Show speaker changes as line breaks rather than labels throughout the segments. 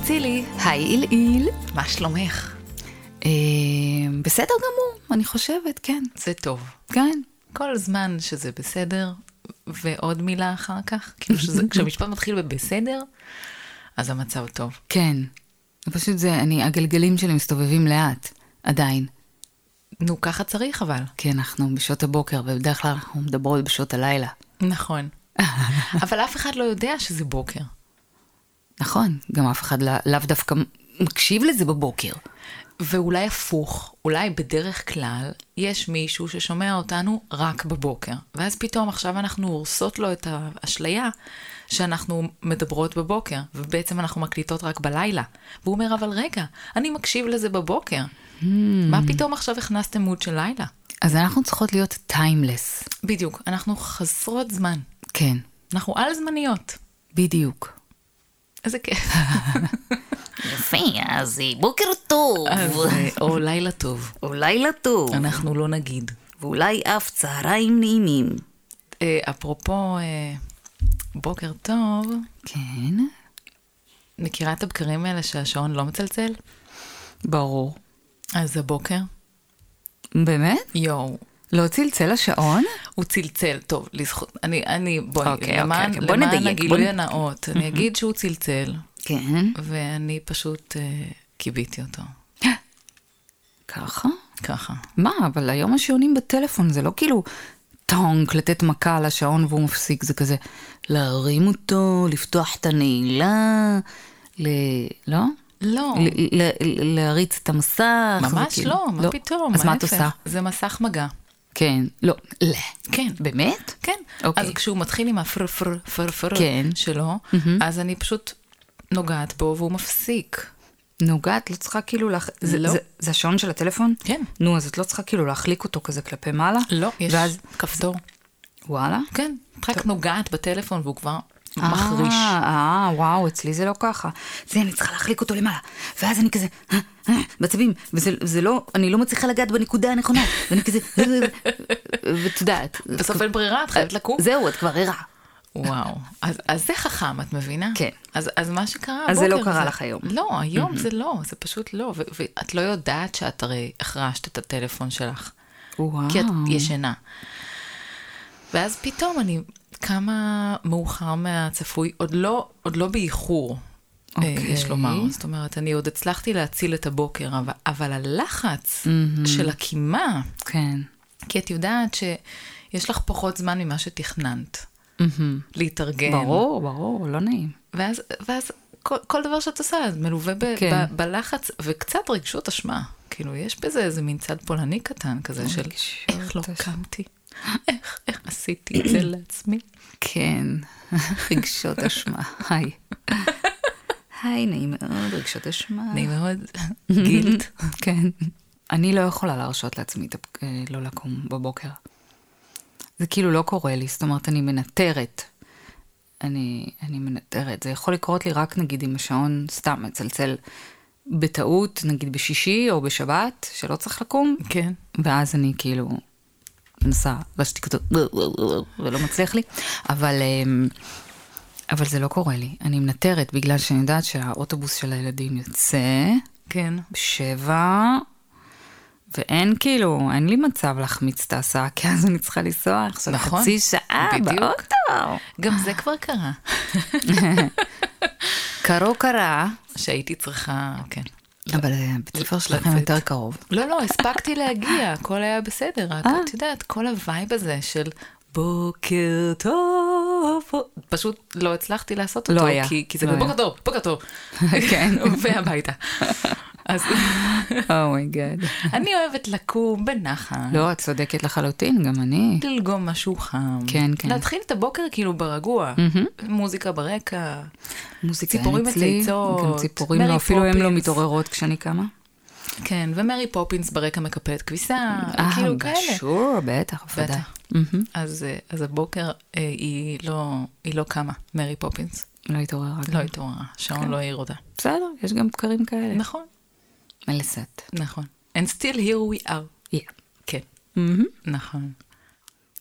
צילי,
היי איל.
מה שלומך?
בסדר גמור, אני חושבת, כן.
זה טוב.
כן.
כל זמן שזה בסדר, ועוד מילה אחר כך, כאילו כשהמשפט מתחיל בבסדר, אז המצב טוב.
כן. פשוט זה, הגלגלים שלי מסתובבים לאט, עדיין.
נו, ככה צריך אבל.
כן, אנחנו בשעות הבוקר, ובדרך כלל אנחנו מדברות בשעות הלילה.
נכון. אבל אף אחד לא יודע שזה בוקר.
נכון, גם אף אחד לאו דווקא מקשיב לזה בבוקר.
ואולי הפוך, אולי בדרך כלל יש מישהו ששומע אותנו רק בבוקר. ואז פתאום עכשיו אנחנו הורסות לו את האשליה שאנחנו מדברות בבוקר, ובעצם אנחנו מקליטות רק בלילה. והוא אומר, אבל רגע, אני מקשיב לזה בבוקר. מה פתאום עכשיו הכנסתם מוד של לילה?
אז אנחנו צריכות להיות טיימלס.
בדיוק, אנחנו חסרות זמן.
כן.
אנחנו על זמניות.
בדיוק.
איזה כיף.
יפה, אז בוקר טוב.
או לילה טוב.
או לילה טוב.
אנחנו לא נגיד.
ואולי אף צהריים נעימים.
אפרופו בוקר טוב.
כן.
מכירה את הבקרים האלה שהשעון לא מצלצל?
ברור.
אז הבוקר.
באמת?
יואו.
לא צלצל השעון?
הוא צלצל, טוב, בואי,
אוקיי,
למען הגילוי הנאות, אני אגיד שהוא צלצל.
כן.
ואני פשוט קיביתי אותו.
ככה?
ככה.
מה, אבל היום השעונים בטלפון זה לא כאילו טונק, לתת מכה על השעון והוא מפסיק, זה כזה להרים אותו, לפתוח את הנעילה, לא?
לא.
להריץ את המסך.
ממש לא, מה פתאום?
אז מה את עושה?
זה מסך מגע.
כן, לא.
כן.
באמת?
כן. אז כשהוא מתחיל עם הפר שלו, אז אני פשוט נוגעת בו והוא מפסיק.
נוגעת? לא צריכה כאילו זה השעון של הטלפון?
כן.
נו, אז את לא צריכה כאילו להחליק אותו כזה כלפי מעלה?
לא, יש כפתור.
וואלה?
כן. רק נוגעת בטלפון והוא כבר מחריש.
וואו, אצלי זה לא ככה. זה, אני צריכה להחליק אותו למעלה. ואז אני כזה, בעצבים, וזה לא, אני לא מצליחה לגעת בנקודה הנכונה. ואני כזה, ואת יודעת.
בסוף אין ברירה, את חייבת לקום.
זהו, את כבר ערה.
וואו. אז זה חכם, את מבינה?
כן.
אז מה שקרה הבוקר...
אז זה לא קרה לך היום.
לא, היום זה לא, זה פשוט לא. ואת לא יודעת שאת הרי החרשת את הטלפון שלך.
וואו.
כי את ישנה. ואז פתאום אני כמה מאוחר מהצפוי, עוד לא באיחור, יש לומר. זאת אומרת, אני עוד הצלחתי להציל את הבוקר, אבל הלחץ של הקימה,
כן.
כי את יודעת שיש לך פחות זמן ממה שתכננת. להתארגן.
ברור, לא נעים.
ואז כל דבר שאת עושה, את מלווה בלחץ, וקצת רגשות אשמה. כאילו, יש בזה איזה מין צד פולני קטן כזה של איך לא קמתי, איך עשיתי את זה לעצמי.
כן, רגשות אשמה, היי, נעים מאוד, רגשות אשמה.
נעים מאוד, גילט.
כן. אני לא יכולה להרשות לעצמי לא לקום בבוקר. זה כאילו לא קורה לי, זאת אומרת, אני מנטרת. אני מנטרת. זה יכול לקרות לי רק, נגיד, אם השעון סתם מצלצל בטעות, נגיד בשישי או בשבת, שלא צריך לקום.
כן.
ואז אני כאילו מנסה להשתיק אותו, ולא מצליח לי. אבל זה לא קורה לי. אני מנטרת בגלל שאני יודעת שהאוטובוס של הילדים יוצא.
כן.
ב7, ואין כאילו, אין לי מצב להחמיץ את ההסעה, כי אז אני צריכה לנסוע עכשיו חצי שעה באוטו.
גם זה כבר קרה.
קרה.
שהייתי צריכה, כן.
אבל בית ספר שלכם יותר קרוב.
לא, הספקתי להגיע, הכל היה בסדר, רק את יודעת, כל הווייב הזה של בוקר טוב, פשוט לא הצלחתי לעשות אותו, כי זה בוקר טוב,
כן.
והביתה. אז...
אומייגאד.
אני אוהבת לקום בנחת.
לא, את צודקת לחלוטין, גם אני.
ללגום משהו חם.
כן.
להתחיל את הבוקר כאילו ברגוע. מוזיקה ברקע.
מוזיקה
ציפורים מצייצות.
גם ציפורים לא, אפילו הן לא מתעוררות כשאני קמה.
כן, ומרי פופינס ברקע מקפלת כביסה. כאילו כאלה.
שור, בטח, ודאי.
אז הבוקר היא לא קמה, מרי פופינס.
לא התעוררה.
לא התעוררה, שעון לא העיר אותה.
בסדר, יש גם בקרים כאלה.
נכון.
מלסת.
נכון. And still here we are. כן. נכון.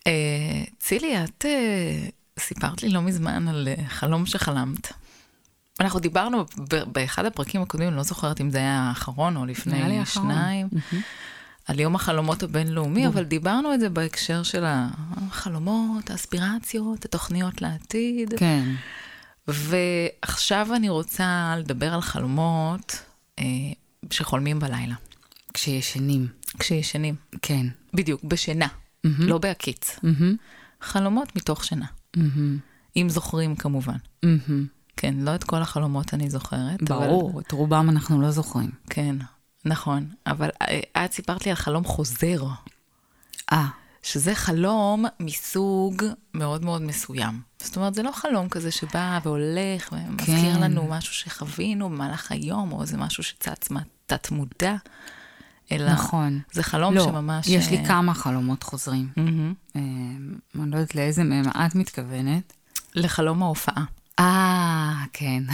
צילי, את סיפרת לי לא מזמן על חלום שחלמת. אנחנו דיברנו באחד הפרקים הקודמים, אני לא זוכרת אם זה היה האחרון או לפני שניים, על יום החלומות הבינלאומי, אבל דיברנו את זה בהקשר של החלומות, האספירציות, התוכניות לעתיד.
כן.
ועכשיו אני רוצה לדבר על חלומות שחולמים בלילה.
כשישנים.
כשישנים.
כן.
בדיוק, בשינה, לא בהקיץ. חלומות מתוך שינה. אם זוכרים כמובן. כן, לא את כל החלומות אני זוכרת.
ברור, את רובם אנחנו לא זוכרים.
כן, נכון. אבל את סיפרת לי על חלום חוזר. שזה חלום מסוג מאוד מאוד מסוים. זאת אומרת, זה לא חלום כזה שבא והולך ומזכיר לנו משהו שחווינו במהלך היום, או זה משהו שצץ תת מודע.
נכון.
זה חלום שממש...
יש לי כמה חלומות חוזרים. אני לא יודעת לאיזה מהם את מתכוונת.
לחלום ההופעה.
כן.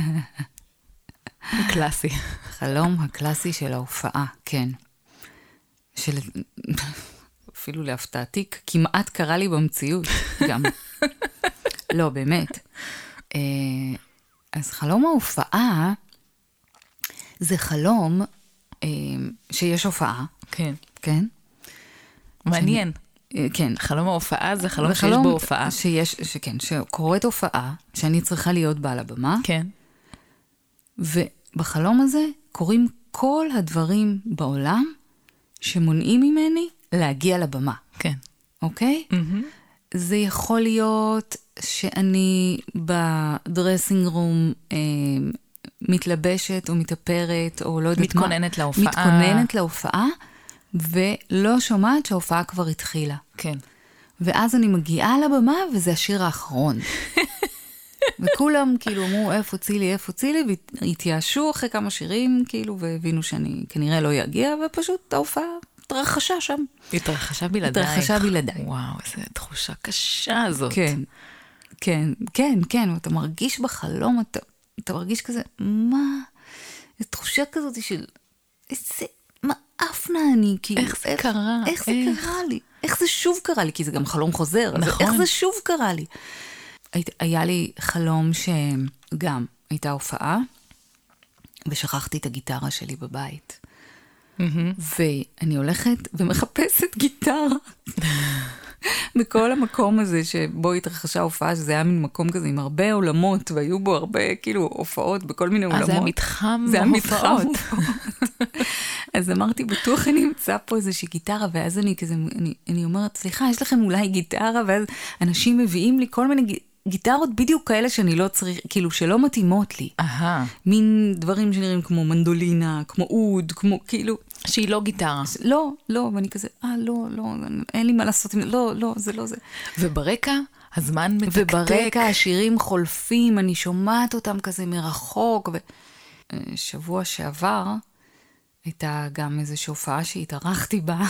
קלאסי.
חלום הקלאסי של ההופעה, כן. אפילו להפתעתי, כמעט קרה לי במציאות גם. לא, באמת. אז חלום ההופעה, זה חלום שיש הופעה.
כן.
כן?
מעניין.
כן.
חלום ההופעה זה חלום שיש בו הופעה.
שכן, שקורית הופעה, שאני צריכה להיות בה על הבמה.
כן.
ובחלום הזה קורים כל הדברים בעולם שמונעים ממני להגיע לבמה.
כן.
אוקיי? זה יכול להיות שאני בדרסינג רום מתלבשת או מתאפרת, או לא יודעת מה.
מתכוננת להופעה.
מתכוננת להופעה, ולא שומעת שההופעה כבר התחילה.
כן.
ואז אני מגיעה לבמה, וזה השיר האחרון. וכולם כאילו אמרו, איפה צילי, והתייאשו אחרי כמה שירים, כאילו, והבינו שאני כנראה לא יגיע, ופשוט ההופעה התרחשה שם.
התרחשה בלעדייך.
התרחשה בלעדיי.
וואו, איזו תחושה קשה הזאת.
כן, ואתה מרגיש בחלום, אתה מרגיש כזה, מה? איזו תחושה כזאת של, איזה מאפנה אני, כאילו.
איך זה קרה?
איך זה קרה לי? איך זה שוב קרה לי? כי זה גם חלום חוזר.
נכון.
איך זה שוב קרה לי? היה לי חלום שגם הייתה הופעה, ושכחתי את הגיטרה שלי בבית. ואני הולכת ומחפשת גיטרה. בכל המקום הזה שבו התרחשה הופעה, שזה היה מין מקום כזה עם הרבה עולמות, והיו בו הרבה כאילו הופעות בכל מיני עולמות.
זה היה מתחם
הופעות. אז אמרתי, בטוח אני אמצא פה איזושהי גיטרה, ואז אני כזה, אני אומרת, סליחה, יש לכם אולי גיטרה? ואז אנשים מביאים לי כל מיני גיטרות בדיוק כאלה שאני לא צריך, כאילו שלא מתאימות לי. מין דברים שנראים כמו מנדולינה, כמו אוד, כמו כאילו...
שהיא לא גיטרה.
לא, ואני כזה, לא, אין לי מה לעשות עם... לא, זה לא זה.
וברקע, הזמן מתקתק.
וברקע השירים חולפים, אני שומעת אותם כזה מרחוק. שבוע שעבר, הייתה גם איזושהי הופעה שהתארחתי בה,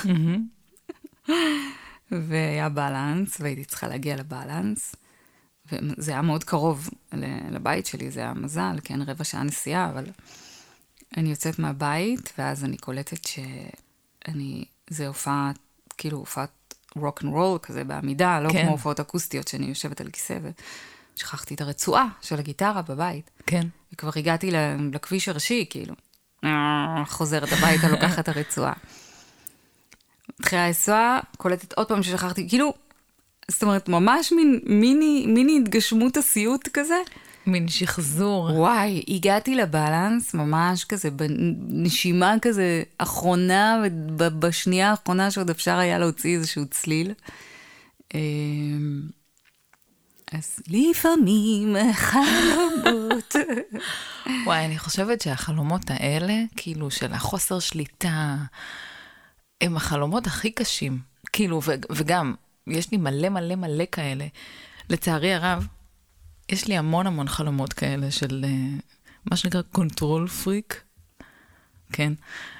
והיה בלנס, והייתי צריכה להגיע לבלנס, וזה היה מאוד קרוב לבית שלי, זה היה מזל, כן, 15 שעה נסיעה, אבל אני יוצאת מהבית, ואז אני קולטת זה הופעה, כאילו הופעת רוק אנד רול כזה בעמידה, לא כמו הופעות אקוסטיות שאני יושבת על כיסא, ושכחתי את הרצועה של הגיטרה בבית.
כן.
וכבר הגעתי לכביש הראשי, כאילו. חוזרת הביתה, לוקחת את הרצועה. מתחילה לנסוע, קולטת עוד פעם ששכחתי, כאילו, זאת אומרת, ממש מיני התגשמות הסיוט כזה.
מין שחזור.
וואי, הגעתי לבלנס, ממש כזה, בנשימה כזה אחרונה, ובשנייה האחרונה שעוד אפשר היה להוציא איזשהו צליל. אז לפעמים חלומות.
וואי, אני חושבת שהחלומות האלה, כאילו של החוסר שליטה, הם החלומות הכי קשים. כאילו, וגם, יש לי מלא כאלה. לצערי הרב, יש לי המון חלומות כאלה של מה שנקרא קונטרול פריק. כן.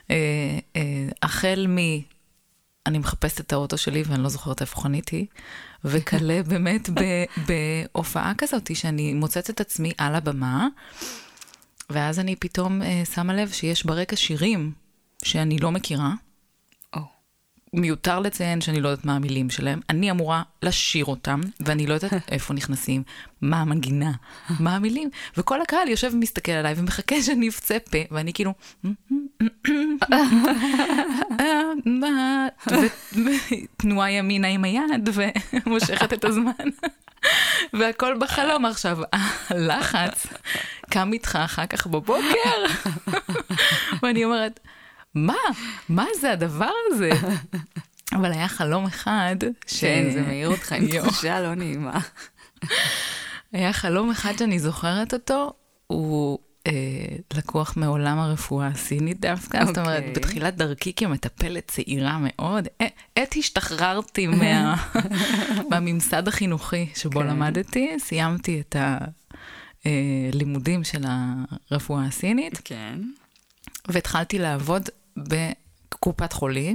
החל אני מחפשת את האוטו שלי ואני לא זוכרת איפה חניתי, וכלה באמת בהופעה כזאת שאני מוצאת את עצמי על הבמה, ואז אני פתאום שמה לב שיש ברקע שירים שאני לא מכירה. מיותר לציין שאני לא יודעת מה המילים שלהם, אני אמורה לשיר אותם, ואני לא יודעת איפה נכנסים, מה המנגינה, מה המילים, וכל הקהל יושב ומסתכל עליי, ומחכה שאני אפצה פה, ואני כאילו, ותנועה ימינה עם היד, ומושכת את הזמן, והכל בחלום עכשיו, הלחץ, קם איתך אחר כך בבוקר, ואני אומרת, מה זה הדבר הזה? אבל היה חלום אחד
כן, זה מעיר אותך עם תחושה לא נעימה.
היה חלום אחד שאני זוכרת אותו, הוא לקוח מעולם הרפואה הסינית דווקא, זאת אומרת, בתחילת דרכי כמטפלת צעירה מאוד, עת השתחררתי מהממסד החינוכי שבו למדתי, סיימתי את הלימודים של הרפואה הסינית,
כן.
והתחלתי לעבוד בקופת חולים,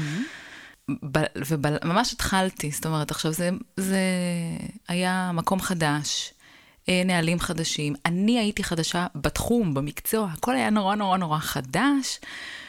וממש התחלתי, זאת אומרת, עכשיו זה היה מקום חדש, נהלים חדשים, אני הייתי חדשה בתחום, במקצוע, הכל היה נורא נורא נורא חדש,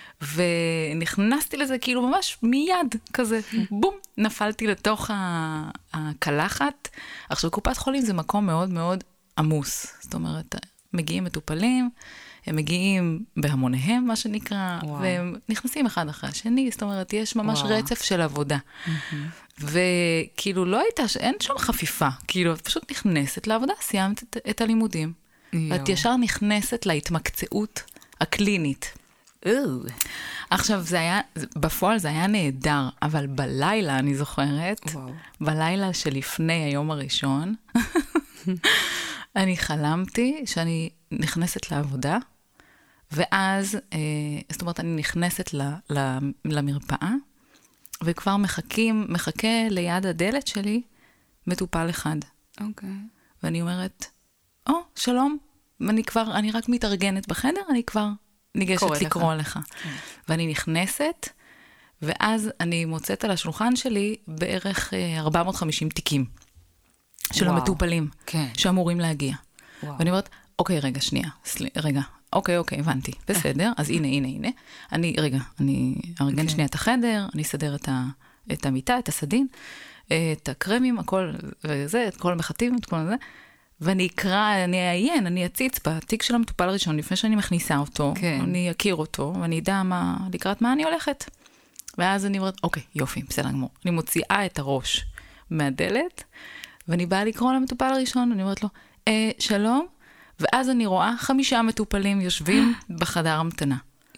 ונכנסתי לזה כאילו ממש מיד כזה, בום, נפלתי לתוך הקלחת. עכשיו, קופת חולים זה מקום מאוד מאוד עמוס, זאת אומרת, מגיעים מטופלים, הם מגיעים בהמוניהם, מה שנקרא, והם נכנסים אחד אחרי השני, זאת אומרת, יש ממש רצף של עבודה. וכאילו לא הייתה, אין שום חפיפה, כאילו, את פשוט נכנסת לעבודה, סיימת את הלימודים. ואת ישר נכנסת להתמקצעות הקלינית. עכשיו, בפועל זה היה נהדר, אבל בלילה, אני זוכרת, בלילה שלפני היום הראשון, אני חלמתי שאני נכנסת לעבודה, ואז, זאת אומרת, אני נכנסת למרפאה, וכבר מחכה ליד הדלת שלי, מטופל אחד.
אוקיי.
ואני אומרת, שלום, אני רק מתארגנת בחדר, אני כבר ניגשת לקרוא לך. ואני נכנסת, ואז אני מוצאת על השולחן שלי בערך 450 תיקים של המטופלים שאמורים להגיע. ואני אומרת, אוקיי, רגע, שנייה, אוקיי, הבנתי, בסדר, אז הנה. אני ארגן שנייה את החדר, אני אסדר את המיטה, את הסדין, את הקרמים, הכל, וזה, את כל המחטים, את כל זה, ואני אקרא, אני אעיין, אני אציץ בתיק של המטופל הראשון, לפני שאני מכניסה אותו, אני אכיר אותו, ואני אדע לקראת מה אני הולכת. ואז אני אומרת, אוקיי, יופי, בסדר גמור. אני מוציאה את הראש מהדלת, ואני באה לקרוא למטופל הראשון, אני אומרת לו, שלום, ואז אני רואה 5 מטופלים יושבים בחדר המתנה.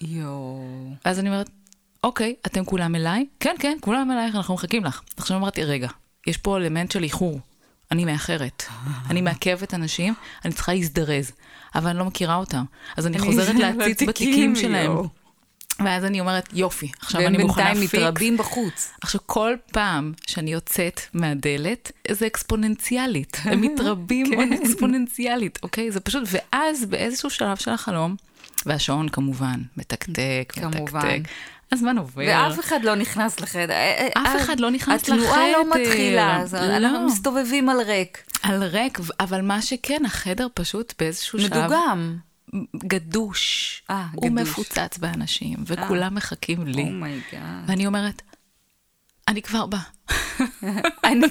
אז אני אומרת, אוקיי, אתם כולם אליי? כן, כולם אלייך, אנחנו מחכים לך. עכשיו אמרתי, רגע, יש פה אלמנט של איחור. אני מאחרת. אני מעכבת אנשים, אני צריכה להזדרז, אבל אני לא מכירה אותם. אז אני חוזרת להציץ בתיקים שלהם. ואז אני אומרת, יופי, עכשיו אני מוכנה
והם בינתיים מתרבים בחוץ.
עכשיו, כל פעם שאני יוצאת מהדלת, זה אקספוננציאלית. הם מתרבים עוד אקספוננציאלית, אוקיי? זה פשוט, ואז באיזשהו שלב של החלום, והשעון כמובן, מתקתק. הזמן עובר.
ואף אחד לא נכנס לחדר.
אף אחד לא נכנס לחדר.
התנועה לא מתחילה, אנחנו מסתובבים על ריק.
על ריק, אבל מה שכן, החדר פשוט באיזשהו שלב...
מדוגם.
גדוש. הוא מפוצץ באנשים, וכולם מחכים לי. ואני אומרת, אני כבר באה.
אני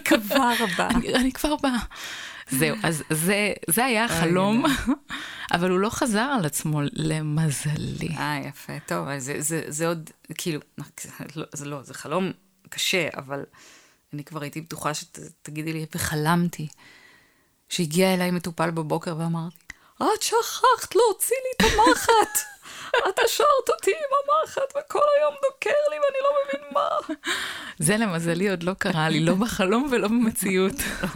כבר באה.
זהו, אז זה היה החלום, אבל הוא לא חזר על עצמו למזלי.
יפה, טוב, זה עוד, כאילו, זה חלום קשה, אבל אני כבר הייתי בטוחה שתגידי לי, וחלמתי, שהגיע אליי מטופל בבוקר ואמרתי, את שכחת להוציא לי את המחט. את השארת אותי עם המחט, וכל היום דוקר לי ואני לא מבין מה.
זה למזלי עוד לא קרה לי, לא בחלום ולא במציאות.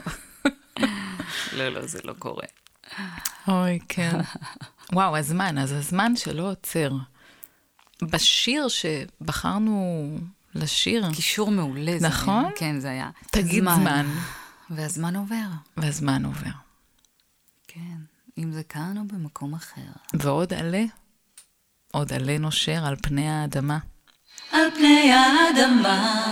לא, זה לא קורה.
אוי, כן. וואו, הזמן שלא עוצר. בשיר שבחרנו לשיר.
קישור מעולה.
נכון?
כן, זה היה.
תגיד זמן.
והזמן עובר. כן, אם זה כאן או במקום אחר.
ועוד עלה נושר על פני האדמה.
על פני האדמה.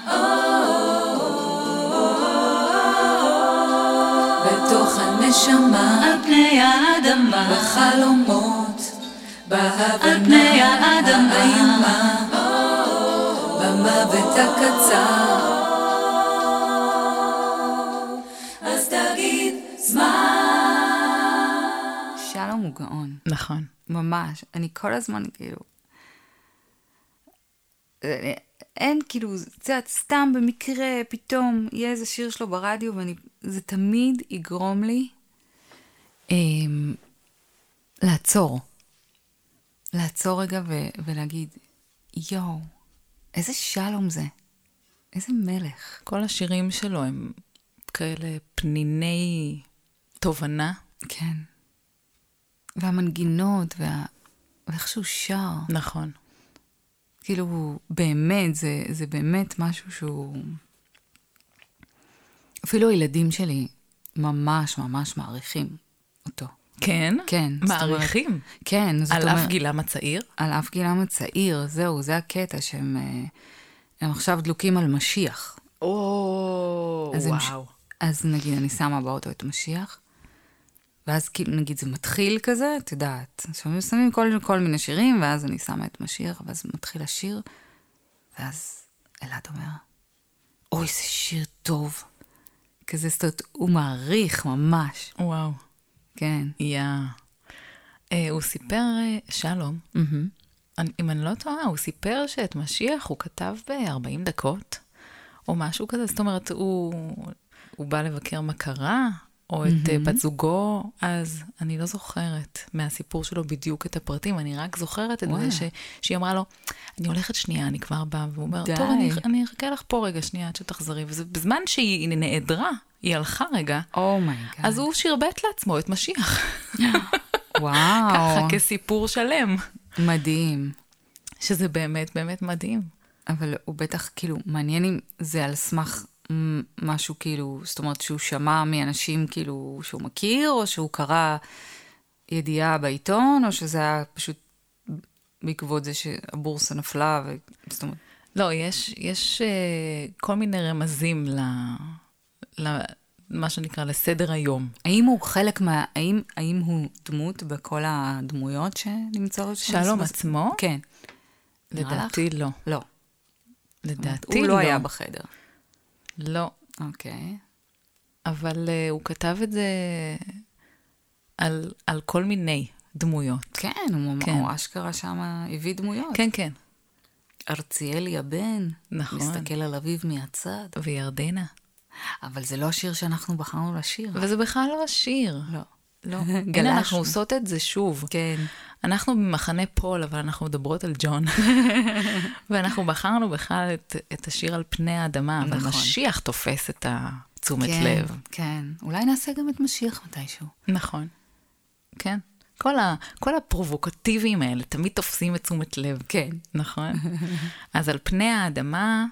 בתוך הנשמה, על פני האדמה, בחלומות, בהבנה, על פני האדמה, במוות הקצר. אז תגיד זמן.
שלום הוא גאון.
נכון.
ממש. אני כל הזמן כאילו... אין כאילו, זה סתם במקרה, פתאום יהיה איזה שיר שלו ברדיו, וזה תמיד יגרום לי לעצור. לעצור רגע ולהגיד, יואו, איזה שלום זה. איזה מלך.
כל השירים שלו הם כאלה פניני תובנה.
כן. והמנגינות, ואיך שהוא שר.
נכון.
כאילו, באמת, זה באמת משהו שהוא... אפילו הילדים שלי ממש ממש מעריכים אותו.
כן?
כן.
מעריכים?
כן.
על אף גילם הצעיר?
על אף גילם הצעיר, זהו, זה הקטע שהם עכשיו דלוקים על משיח.
וואו.
אז נגיד, אני שמה באוטו את משיח, ואז נגיד זה מתחיל כזה, את יודעת, שמים כל מיני שירים, ואז אני שמה את משיח, ואז מתחיל השיר, ואז אלעד אומר, אוי, זה שיר טוב. כזה, זאת אומרת, הוא מעריך ממש.
וואו.
כן.
הוא סיפר, שלום, אם אני לא טועה, הוא סיפר שאת משיח הוא כתב ב-40 דקות, או משהו כזה, זאת אומרת, הוא בא לבקר מה קרה, או את בת זוגו, אז אני לא זוכרת מהסיפור שלו בדיוק את הפרטים, אני רק זוכרת את זה שהיא אמרה לו, אני הולכת שנייה, אני כבר באה, והוא אומר, טוב, אני אחכה לך פה רגע שנייה עד שתחזרי, ובזמן שהיא נעדרה, היא הלכה רגע, אז הוא שרבט לעצמו את משיח.
וואו.
ככה, כסיפור שלם.
מדהים.
שזה באמת, באמת מדהים.
אבל הוא בטח, כאילו, מעניין אם זה על סמך משהו כאילו, זאת אומרת שהוא שמע מאנשים כאילו שהוא מכיר, או שהוא קרא ידיעה בעיתון, או שזה היה פשוט בעקבות זה שהבורסה נפלה, זאת אומרת...
לא, יש כל מיני רמזים מה שנקרא לסדר היום.
האם הוא חלק האם הוא דמות בכל הדמויות שנמצאות?
שלום עצמו?
כן.
לדעתי לא.
לא.
לדעתי
הוא לא היה בחדר.
לא.
אוקיי.
אבל הוא כתב את זה על כל מיני דמויות.
כן, הוא אשכרה שם הביא דמויות.
כן, כן.
ארציאלי הבן,
נכון.
מסתכל על אביו מהצד.
וירדנה.
אבל זה לא השיר שאנחנו בחרנו לשיר.
וזה בכלל לא השיר.
לא.
לא. הנה, אנחנו עושות את זה שוב.
כן. אנחנו
במחנה פול, אבל אנחנו מדברות על ג'ון. ואנחנו בחרנו בכלל את השיר על פני האדמה, אבל נכון. משיח תופס את תשומת לב.
כן, אולי נעשה גם את משיח מתישהו.
נכון. כן. כל הפרובוקטיביים האלה תמיד תופסים את תשומת לב.
כן.
נכון? אז על פני האדמה,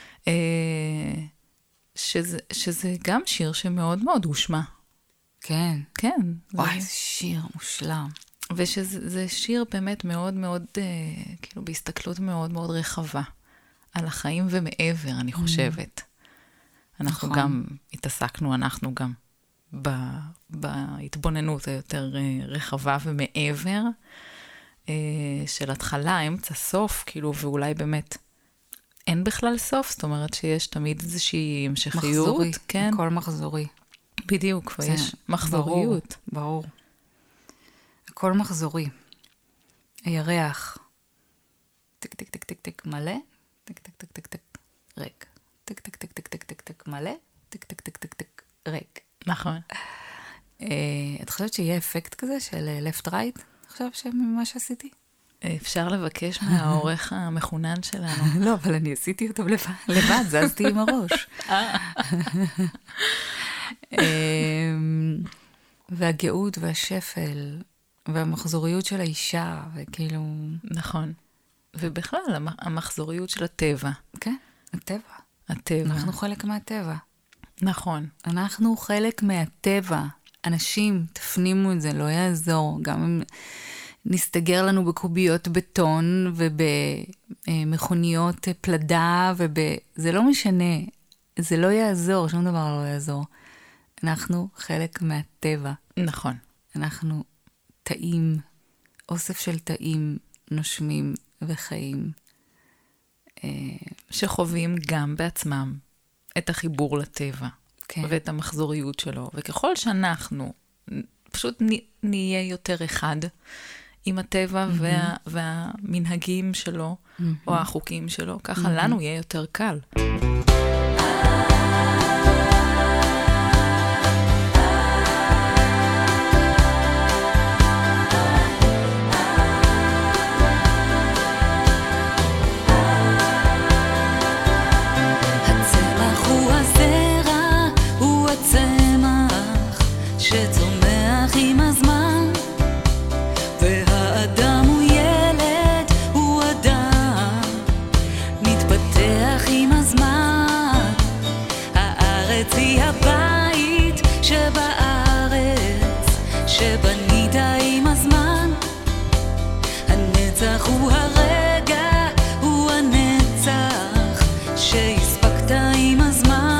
שזה גם שיר שמאוד מאוד הושמע.
כן.
כן.
וואי, זה שיר מושלם.
ושזה שיר באמת מאוד מאוד, כאילו בהסתכלות מאוד מאוד רחבה, על החיים ומעבר, אני חושבת. אנחנו גם התעסקנו, אנחנו גם בהתבוננות היותר רחבה ומעבר, של התחלה, אמצע, סוף, כאילו, ואולי באמת אין בכלל סוף, זאת אומרת שיש תמיד איזושהי המשכיות.
מחזורי,
כן.
הכל מחזורי.
בדיוק, ויש מחזוריות.
ברור. הכל מחזורי. הירח. טק, טק, טק, טק, טק, מלא. טק, טק, טק, טק, טק, ריק. טק, טק, טק, טק, טק, טק, טק, מלא. טק, טק, טק, טק, טק, ריק.
נכון.
את חושבת שיהיה אפקט כזה של left right? עכשיו ממה שעשיתי?
אפשר לבקש מהעורך המחונן שלנו.
לא, אבל אני עשיתי אותו לבד, זזתי עם הראש. והגאות והשפל, והמחזוריות של האישה, וכאילו...
נכון. ובכלל, המחזוריות של הטבע.
כן, הטבע.
הטבע.
אנחנו חלק מהטבע.
נכון.
אנחנו חלק מהטבע. אנשים, תפנימו את זה, לא יעזור. גם אם נסתגר לנו בקוביות בטון, ובמכוניות פלדה, זה לא משנה. זה לא יעזור, שום דבר לא יעזור. אנחנו חלק מהטבע.
נכון.
אנחנו תאים, אוסף של תאים נושמים וחיים.
שחווים גם בעצמם את החיבור לטבע,
כן.
ואת המחזוריות שלו, וככל שאנחנו פשוט נהיה יותר אחד עם הטבע והמנהגים שלו, או החוקים שלו, ככה לנו יהיה יותר קל.
שצומח עם הזמן, והאדם הוא ילד, הוא אדם, מתפתח עם הזמן. הארץ היא הבית שבארץ, שבנית עם הזמן. הנצח הוא הרגע, הוא הנצח, שהספקת עם הזמן.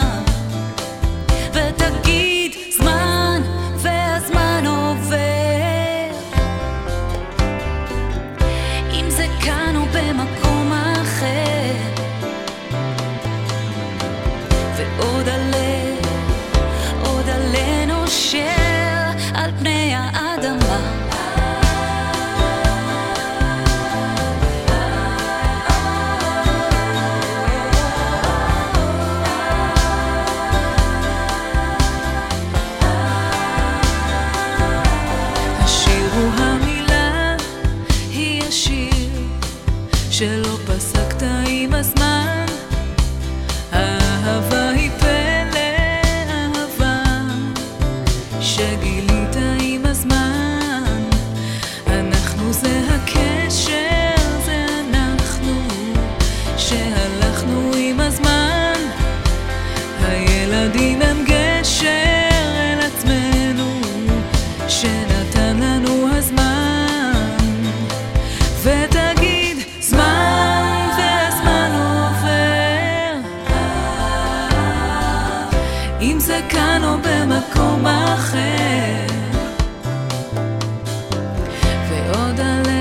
שלא פסקת עם הזמן, האהבה היא פלא, אהבה שגילית עם הזמן. אנחנו זה הקשר, זה אנחנו שהלכנו עם הזמן. הילדים הם גשר אל עצמנו שנתן לנו הזמן. ותגיד זמן והזמן עובר, אם זה כאן או במקום אחר, ועוד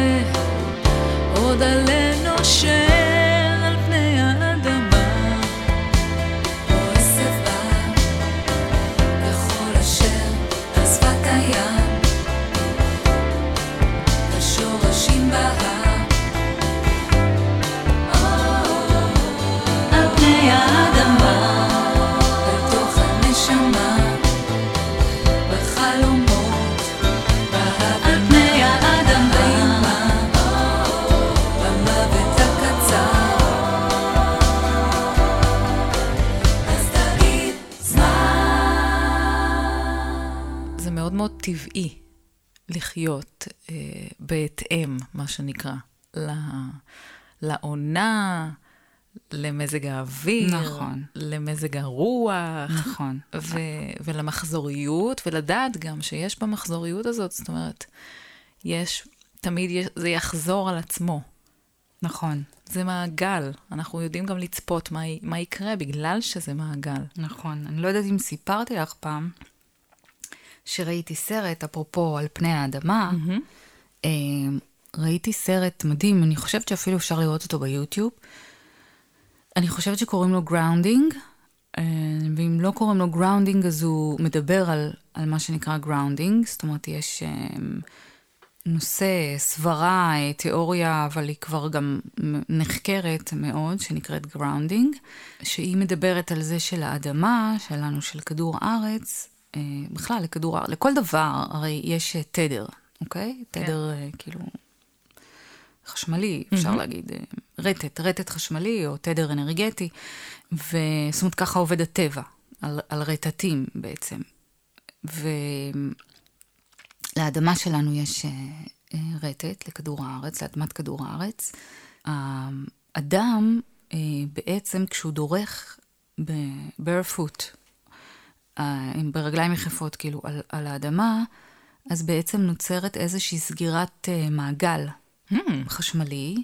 עלה נושר על פני האדמה. או עשב בא בכל אשר על שפת הים, השורשים בהר, האדמה, בתוך הנשמה, בחלומות, על פני האדמה, במוות הקצר. אז תגיד זמן.
זה מאוד מאוד טבעי לחיות בהתאם, מה שנקרא, לעונה, למזג האוויר,
נכון.
למזג הרוח,
נכון.
ולמחזוריות, ולדעת גם שיש במחזוריות הזאת, זאת אומרת, זה יחזור על עצמו.
נכון.
זה מעגל, אנחנו יודעים גם לצפות מה יקרה בגלל שזה מעגל.
נכון. אני לא יודעת אם סיפרתי לך פעם, שראיתי סרט, אפרופו על פני האדמה, ראיתי סרט מדהים, אני חושבת שאפילו אפשר לראות אותו ביוטיוב, אני חושבת שקוראים לו גראונדינג, ואם לא קוראים לו גראונדינג, אז הוא מדבר על מה שנקרא גראונדינג, זאת אומרת, יש נושא, סברה, תיאוריה, אבל היא כבר גם נחקרת מאוד, שנקראת גראונדינג, שהיא מדברת על זה של האדמה, שלנו, של כדור הארץ, בכלל, לכדור הארץ, לכל דבר, הרי יש תדר, אוקיי? תדר כאילו חשמלי, אפשר להגיד, רטט חשמלי או תדר אנרגטי, וזאת אומרת, ככה עובד הטבע, על רטטים בעצם. ולאדמה שלנו יש רטט לכדור הארץ, לאדמת כדור הארץ. האדם בעצם כשהוא דורך barefoot, ברגליים יחפות כאילו על האדמה, אז בעצם נוצרת איזושהי סגירת מעגל חשמלי,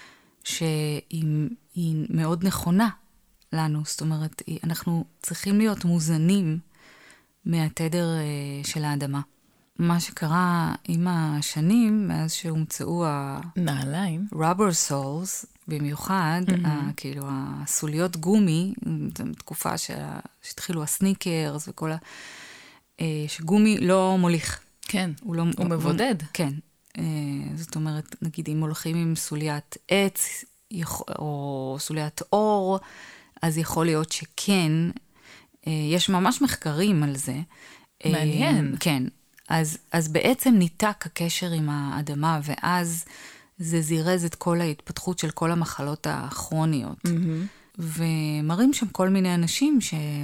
שהיא מאוד נכונה לנו, זאת אומרת, אנחנו צריכים להיות מוזנים מהתדר של האדמה. מה שקרה עם השנים, מאז שהומצאו
נעליים,
rubber soles, במיוחד, כאילו, הסוליות גומי, זו תקופה שהתחילו הסניקרס וכל שגומי לא מוליך.
כן, הוא מבודד.
כן. זאת אומרת, נגיד, אם הולכים עם סוליית עץ, או סוליית אור, אז יכול להיות שכן, יש ממש מחקרים על זה.
מעניין.
כן. אז בעצם ניתק הקשר עם האדמה, ואז זה זירז את כל ההתפתחות של כל המחלות הכרוניות. ומראים שם כל מיני אנשים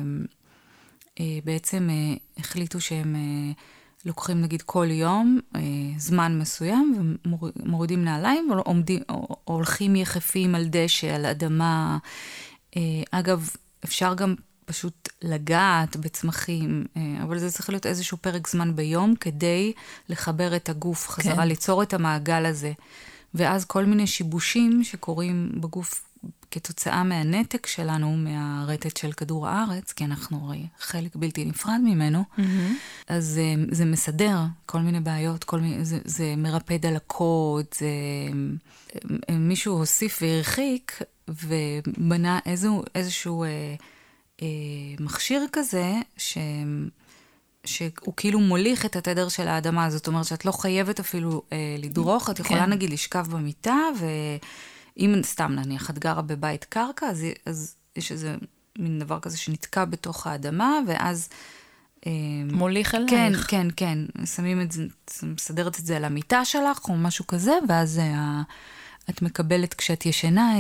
שבעצם החליטו שהם לוקחים נגיד כל יום זמן מסוים, ומורידים נעליים, או הולכים יחפים על דשא, על אדמה. אגב, אפשר גם פשוט לגעת בצמחים, אבל זה צריך להיות איזשהו פרק זמן ביום, כדי לחבר את הגוף חזרה, כן. ליצור את המעגל הזה. ואז כל מיני שיבושים שקורים בגוף כתוצאה מהנתק שלנו, מהרטט של כדור הארץ, כי אנחנו הרי חלק בלתי נפרד ממנו, אז זה מסדר כל מיני בעיות, זה מרפא דלקות, מישהו הוסיף והרחיק, ובנה איזשהו מכשיר כזה, שהוא כאילו מוליך את התדר של האדמה, זאת אומרת שאת לא חייבת אפילו לדרוך, את יכולה נגיד לשכב במיטה, ואם סתם נניח את גרה בבית קרקע, אז יש איזה מין דבר כזה שנתקע בתוך האדמה, ואז
מוליך אלייך.
כן, כן, כן, שמים את זה, מסדרת את זה על המיטה שלך, או משהו כזה, ואז את מקבלת כשאת ישנה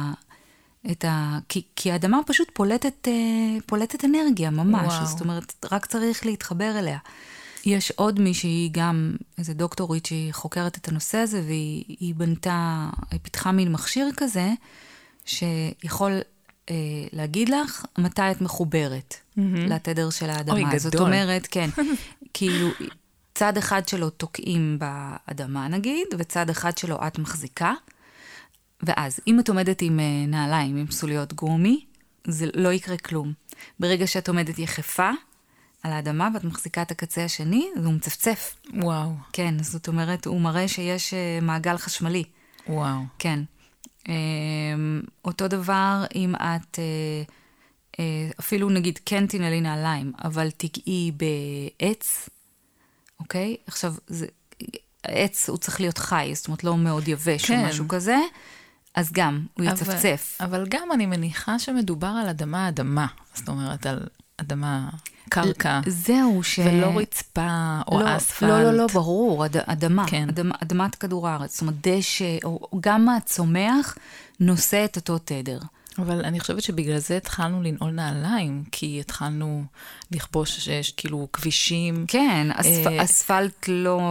כי האדמה פשוט פולטת אנרגיה ממש, זאת אומרת, רק צריך להתחבר אליה. יש עוד מישהי, גם איזה דוקטורית שהיא חוקרת את הנושא הזה, והיא פיתחה מין מכשיר כזה, שיכול להגיד לך מתי את מחוברת לתדר של האדמה.
אוי, גדול.
זאת אומרת, כן, כאילו, צד אחד שלו תוקעים באדמה נגיד, וצד אחד שלו את מחזיקה, ואז, אם את עומדת עם נעליים, עם סוליות גומי, זה לא יקרה כלום. ברגע שאת עומדת יחפה על האדמה, ואת מחזיקה את הקצה השני, הוא מצפצף.
וואו.
כן, זאת אומרת, הוא מראה שיש מעגל חשמלי.
וואו.
כן. אותו דבר, אם את, אפילו נגיד, כן תנעלי נעליים, אבל תגעי בעץ, אוקיי? עכשיו, העץ הוא צריך להיות חי, זאת אומרת, לא מאוד יבש כן. או משהו כזה, אז גם, הוא יצפצף.
אבל גם אני מניחה שמדובר על אדמה, זאת אומרת, על אדמה קרקע.
זהו
ולא רצפה או אספלט.
לא, ברור, אדמה. כן. אדמת כדור הארץ. זאת אומרת, דשא, או גם הצומח, נושא את אותו תדר.
אבל אני חושבת שבגלל זה התחלנו לנעול נעליים, כי התחלנו לכבוש שיש כאילו כבישים.
כן, אספלט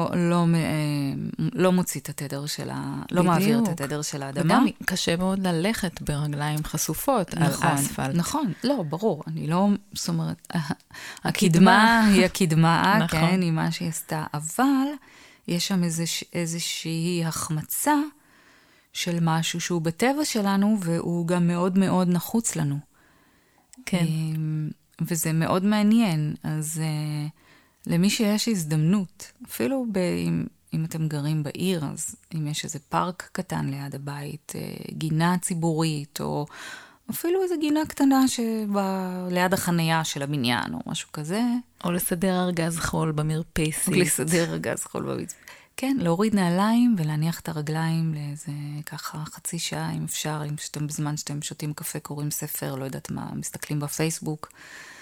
לא מוציא את התדר שלה, לא מעביר את התדר של האדמה.
וגם קשה מאוד ללכת ברגליים חשופות על אספלט.
נכון, לא, ברור, אני לא, זאת אומרת, הקדמה היא הקדמה, כן, היא מה שהיא עשתה, אבל יש שם איזושהי החמצה, של משהו שהוא בטבע שלנו, והוא גם מאוד מאוד נחוץ לנו.
כן.
וזה מאוד מעניין. אז למי שיש הזדמנות, אפילו אם אתם גרים בעיר, אז אם יש איזה פארק קטן ליד הבית, גינה ציבורית, או אפילו איזו גינה קטנה ליד החנייה של הבניין, או משהו כזה.
או לסדר ארגז חול במרפסת.
או לסדר ארגז חול במרפסת. כן, להוריד נעליים ולהניח את הרגליים לאיזה ככה חצי שעה, אם אפשר, בזמן שאתם שותים קפה, קוראים ספר, לא יודעת מה, מסתכלים בפייסבוק,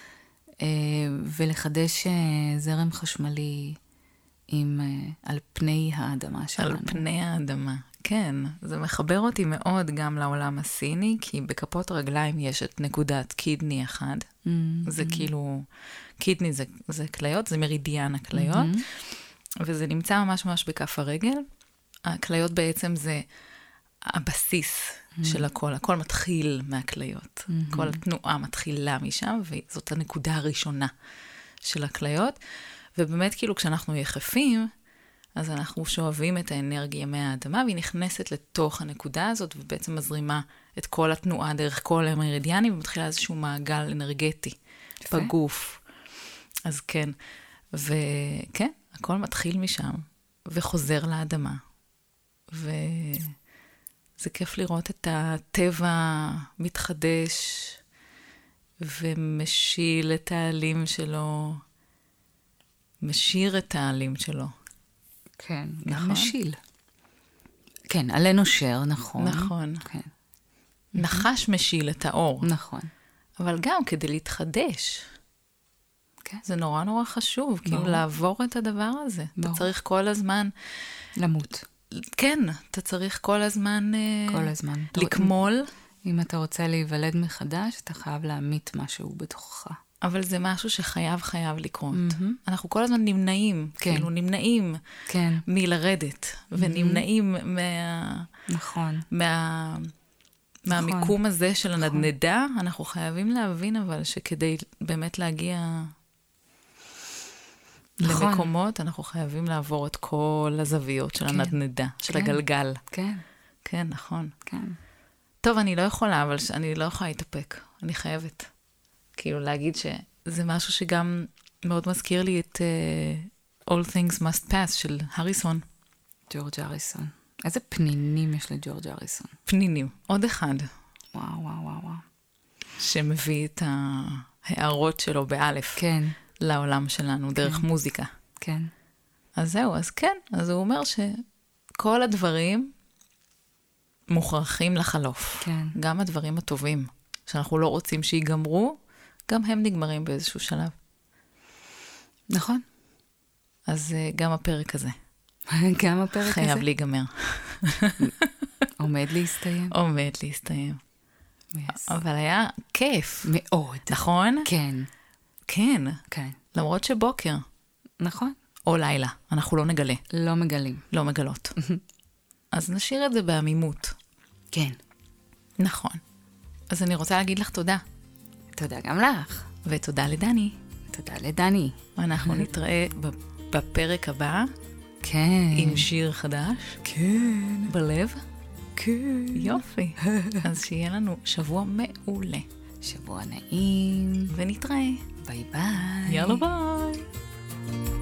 ולחדש זרם חשמלי על פני האדמה שלנו.
על פני האדמה, כן. זה מחבר אותי מאוד גם לעולם הסיני, כי בכפות רגליים יש את נקודת קידני אחד. זה כאילו, קידני זה כליות, זה מרידיאן הכליות. וזה נמצא ממש ממש בכף הרגל. הכליות בעצם זה הבסיס של הכל. הכל מתחיל מהכליות. כל התנועה מתחילה משם, וזאת הנקודה הראשונה של הכליות. ובאמת כאילו כשאנחנו יחפים, אז אנחנו שואבים את האנרגיה מהאדמה, והיא נכנסת לתוך הנקודה הזאת, ובעצם מזרימה את כל התנועה דרך כל המרידיאנים, ומתחילה איזשהו מעגל אנרגטי בגוף. אז כן. וכן. הכל מתחיל משם, וחוזר לאדמה. זה כיף לראות את הטבע מתחדש ומשיל את העלים שלו, משיר את העלים שלו.
כן,
נכון?
גם משיל. כן, עלה נושר, נכון.
נכון.
כן,
נחש משיל את האור.
נכון.
אבל גם כדי להתחדש.
כן.
זה נורא נורא חשוב, כאילו
ברור.
לעבור את הדבר הזה.
ברור.
אתה צריך כל הזמן,
למות.
כן, אתה צריך כל הזמן,
כל הזמן.
לקמול,
אם אתה רוצה להיוולד מחדש, אתה חייב להמית משהו בתוכך.
אבל זה משהו חייב לקרות. אנחנו כל הזמן נמנעים,
כן.
כאילו נמנעים
כן.
מלרדת, ונמנעים
נכון.
מהמיקום הזה של הנדנדה. אנחנו חייבים להבין אבל שכדי באמת להגיע
נכון.
למקומות, אנחנו חייבים לעבור את כל הזוויות של
כן.
הנדנדה, של
כן.
הגלגל.
כן.
כן, נכון.
כן.
טוב, אני לא יכולה, אבל אני לא יכולה להתאפק. אני חייבת. כאילו להגיד שזה משהו שגם מאוד מזכיר לי את All Things Must Pass של הריסון.
ג'ורג' אריסון. איזה פנינים יש לג'ורג' אריסון.
פנינים. עוד אחד
וואו, וואו, וואו, וואו.
שמביא את ההערות שלו באלף
כן,
לעולם שלנו, דרך מוזיקה.
כן.
אז זהו, אז כן. אז הוא אומר שכל הדברים מוכרחים לחלוף.
כן.
גם הדברים הטובים, שאנחנו לא רוצים שיגמרו, גם הם נגמרים באיזשהו שלב.
נכון.
אז גם הפרק הזה
גם הפרק
חייב
הזה
להיגמר.
עומד להסתיים.
עומד להסתיים.
Yes.
אבל היה כיף.
מאוד.
נכון?
כן,
כן.
כן.
למרות שבוקר
נכון.
או לילה, אנחנו לא נגלה,
לא מגלים.
לא מגלות. אז נשאיר את זה בעמימות.
כן.
נכון. אז אני רוצה להגיד לך תודה.
תודה גם לך.
ותודה לדני.
תודה לדני.
ואנחנו נתראה בפרק הבא
כן.
עם שיר חדש.
כן.
בלב.
כן.
יופי. אז שיהיה לנו שבוע מעולה.
שבוע נעים.
ונתראה.
ביי ביי.
יאללה ביי.